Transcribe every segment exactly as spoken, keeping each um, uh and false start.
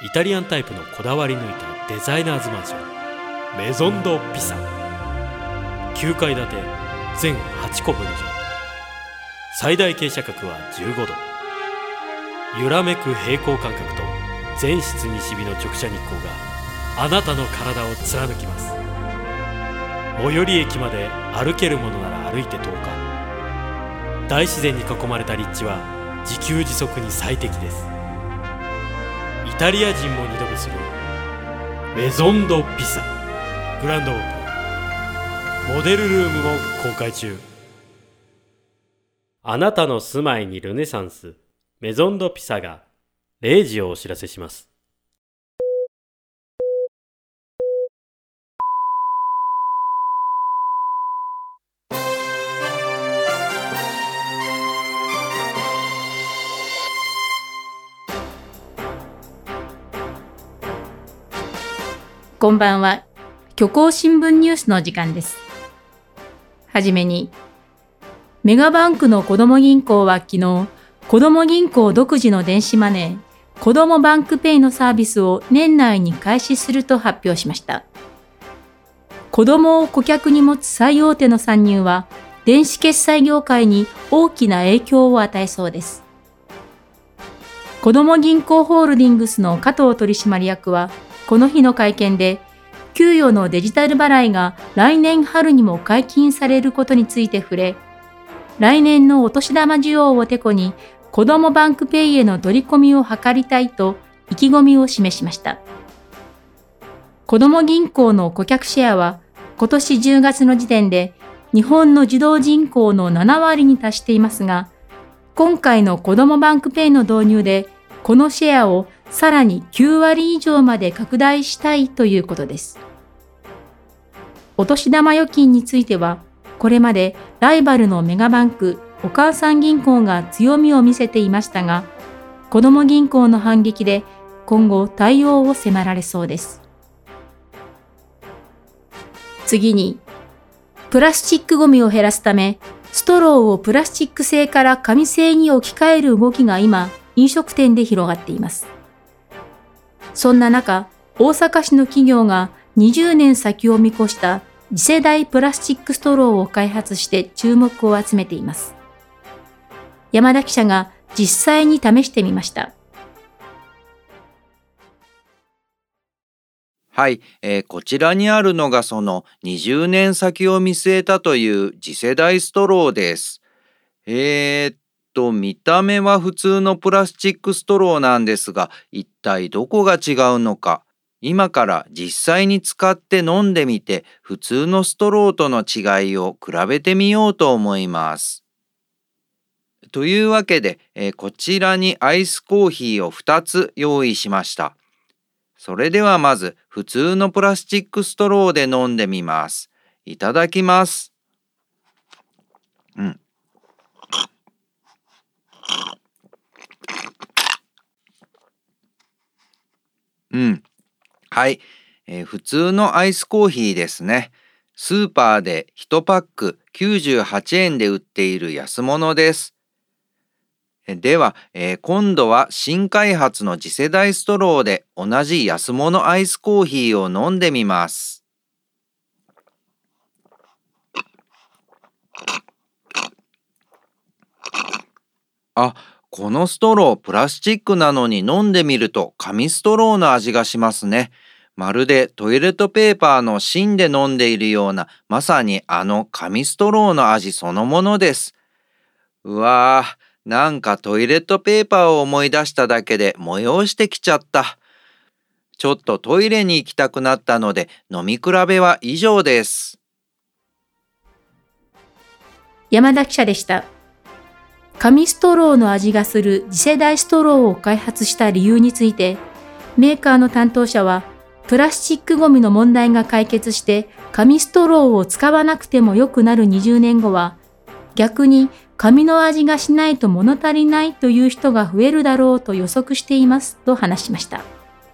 イタリアンタイプのこだわり抜いたデザイナーズマンション、メゾンドピサ。きゅうかい建て全はちこ分譲、最大傾斜角はじゅうごど。揺らめく平行感覚と全室西日の直射日光があなたの体を貫きます。最寄り駅まで歩けるものなら歩いてとおか。大自然に囲まれた立地は自給自足に最適です。イタリア人も二度見するメゾンドピサグランドオープン。モデルルームも公開中。あなたの住まいにルネサンス、メゾンドピサがれいじをお知らせします。 こんばんは。虚構新聞ニュースの時間です。はじめに、メガバンクの子ども銀行は昨日、子ども銀行独自の電子マネー、子どもバンクペイのサービスを年内に開始すると発表しました。子どもを顧客に持つ最大手の参入は、電子決済業界に大きな影響を与えそうです。子ども銀行ホールディングスの加藤取締役は、この日の会見で、給与のデジタル払いが来年春にも解禁されることについて触れ、来年のお年玉需要をてこに子どもバンクペイへの取り込みを図りたいと意気込みを示しました。子ども銀行の顧客シェアは今年じゅうがつの時点で日本の児童人口のななわりに達していますが、今回の子どもバンクペイの導入でこのシェアをさらにきゅうわり以上まで拡大したいということです。お年玉預金については、これまでライバルのメガバンク、お母さん銀行が強みを見せていましたが、子ども銀行の反撃で今後対応を迫られそうです。次に、プラスチックごみを減らすため、ストローをプラスチック製から紙製に置き換える動きが今、飲食店で広がっています。そんな中、大阪市の企業がにじゅうねん先を見越した次世代プラスチックストローを開発して注目を集めています。山田記者が実際に試してみました。 はい、えー、こちらにあるのがそのにじゅうねん先を見据えたという次世代ストローです。えー、っと見た目は普通のプラスチックストローなんですが、一体どこが違うのか、今から実際に使って飲んでみて普通のストローとの違いを比べてみようと思います。というわけで、えー、こちらにアイスコーヒーをふたつ用意しました。それではまず普通のプラスチックストローで飲んでみます。いただきます。うん。うん。はい、えー、普通のアイスコーヒーですね。スーパーでいちパックきゅうじゅうはちえんで売っている安物です。では、えー、今度は新開発の次世代ストローで同じ安物アイスコーヒーを飲んでみます。あ、このストロープラスチックなのに飲んでみると紙ストローの味がしますね。まるでトイレットペーパーの芯で飲んでいるような、まさにあの紙ストローの味そのものです。うわー、なんかトイレットペーパーを思い出しただけで催してきちゃった。ちょっとトイレに行きたくなったので飲み比べは以上です。 山田記者でした。紙ストローの味がする次世代ストローを開発した理由について、メーカーの担当者は、プラスチックごみの問題が解決して紙ストローを使わなくてもよくなるにじゅうねんごは、逆に紙の味がしないと物足りないという人が増えるだろうと予測していますと話しました。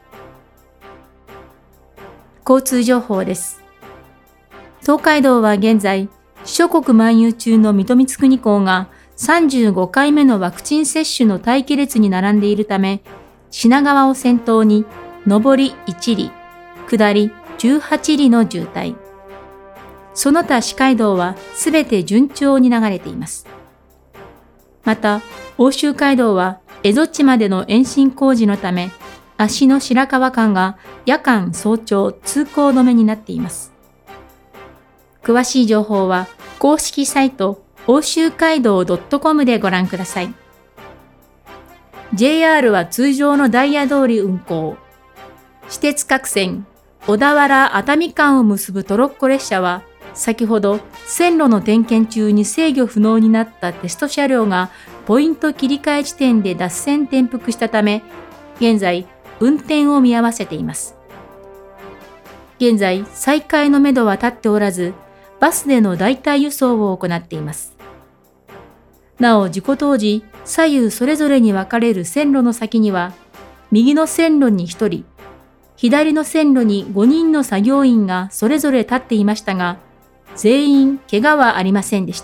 交通情報です。東海道は現在、諸国漫遊中の水戸光圀公がさんじゅうごかいめのワクチン接種の待機列に並んでいるため、 品川を先頭に上りいちり、下りじゅうはちりの渋滞。その他市街道はすべて順調に流れています。また、奥州街道は蝦夷地までの延伸工事のため、芦野白川間が夜間早朝通行止めになっています。詳しい情報は公式サイト奥州街道 .com でご覧ください。ジェイアール は通常のダイヤ通り運行。私鉄各線、小田原熱海間を結ぶトロッコ列車は、先ほど線路の点検中に制御不能になったテスト車両がポイント切り替え地点で脱線転覆したため、現在運転を見合わせています。現在再開のめどは立っておらず、バスでの代替輸送を行っています。なお事故当時、左右それぞれに分かれる線路の先には、右の線路にひとり、左の線路にごにんの作業員がそれぞれ立っていましたが、全員怪我はありませんでした。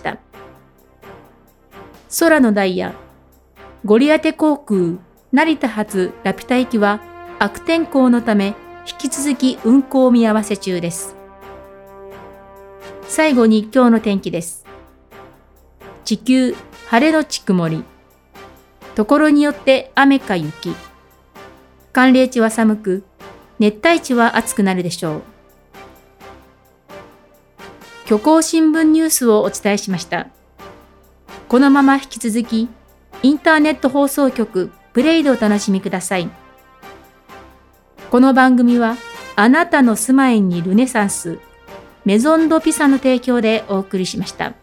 空のダイヤ、ゴリアテ航空成田発ラピュタ行きは悪天候のため引き続き運行見合わせ中です。最後に今日の天気です。地球、晴れのち曇り。ところによって雨か雪。寒冷地は寒く、熱帯地は暑くなるでしょう。虚構新聞ニュースをお伝えしました。このまま引き続き、インターネット放送局プレイでお楽しみください。この番組は、あなたの住まいにルネサンス、メゾンドピサの提供でお送りしました。